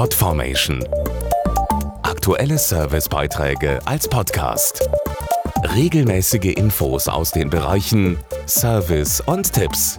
Podformation. Aktuelle Servicebeiträge als Podcast. Regelmäßige Infos aus den Bereichen Service und Tipps.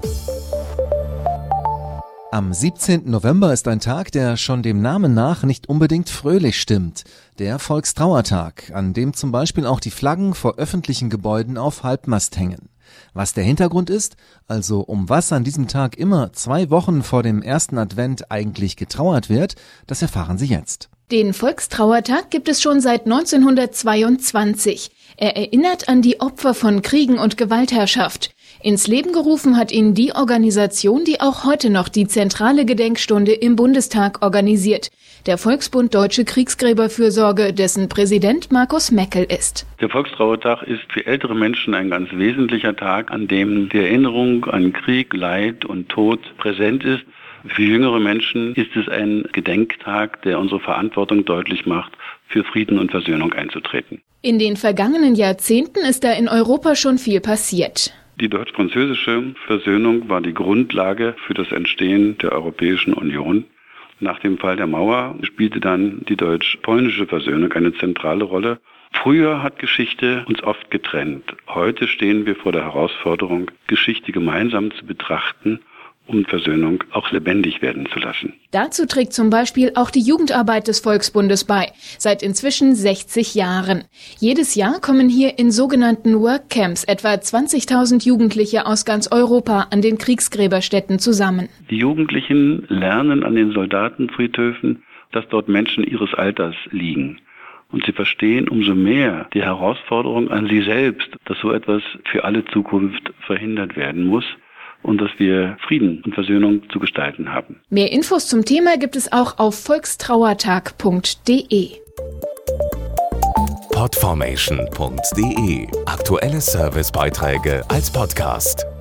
Am 17. November ist ein Tag, der schon dem Namen nach nicht unbedingt fröhlich stimmt. Der Volkstrauertag, an dem zum Beispiel auch die Flaggen vor öffentlichen Gebäuden auf Halbmast hängen. Was der Hintergrund ist, also um was an diesem Tag immer 2 Wochen vor dem ersten Advent eigentlich getrauert wird, das erfahren Sie jetzt. Den Volkstrauertag gibt es schon seit 1922. Er erinnert an die Opfer von Kriegen und Gewaltherrschaft. Ins Leben gerufen hat ihn die Organisation, die auch heute noch die zentrale Gedenkstunde im Bundestag organisiert. Der Volksbund Deutsche Kriegsgräberfürsorge, dessen Präsident Markus Meckel ist. Der Volkstrauertag ist für ältere Menschen ein ganz wesentlicher Tag, an dem die Erinnerung an Krieg, Leid und Tod präsent ist. Für jüngere Menschen ist es ein Gedenktag, der unsere Verantwortung deutlich macht, für Frieden und Versöhnung einzutreten. In den vergangenen Jahrzehnten ist da in Europa schon viel passiert. Die deutsch-französische Versöhnung war die Grundlage für das Entstehen der Europäischen Union. Nach dem Fall der Mauer spielte dann die deutsch-polnische Versöhnung eine zentrale Rolle. Früher hat Geschichte uns oft getrennt. Heute stehen wir vor der Herausforderung, Geschichte gemeinsam zu betrachten, um Versöhnung auch lebendig werden zu lassen. Dazu trägt zum Beispiel auch die Jugendarbeit des Volksbundes bei, seit inzwischen 60 Jahren. Jedes Jahr kommen hier in sogenannten Workcamps etwa 20.000 Jugendliche aus ganz Europa an den Kriegsgräberstätten zusammen. Die Jugendlichen lernen an den Soldatenfriedhöfen, dass dort Menschen ihres Alters liegen. Und sie verstehen umso mehr die Herausforderung an sie selbst, dass so etwas für alle Zukunft verhindert werden muss. Und dass wir Frieden und Versöhnung zu gestalten haben. Mehr Infos zum Thema gibt es auch auf volkstrauertag.de. Podformation.de. Aktuelle Servicebeiträge als Podcast.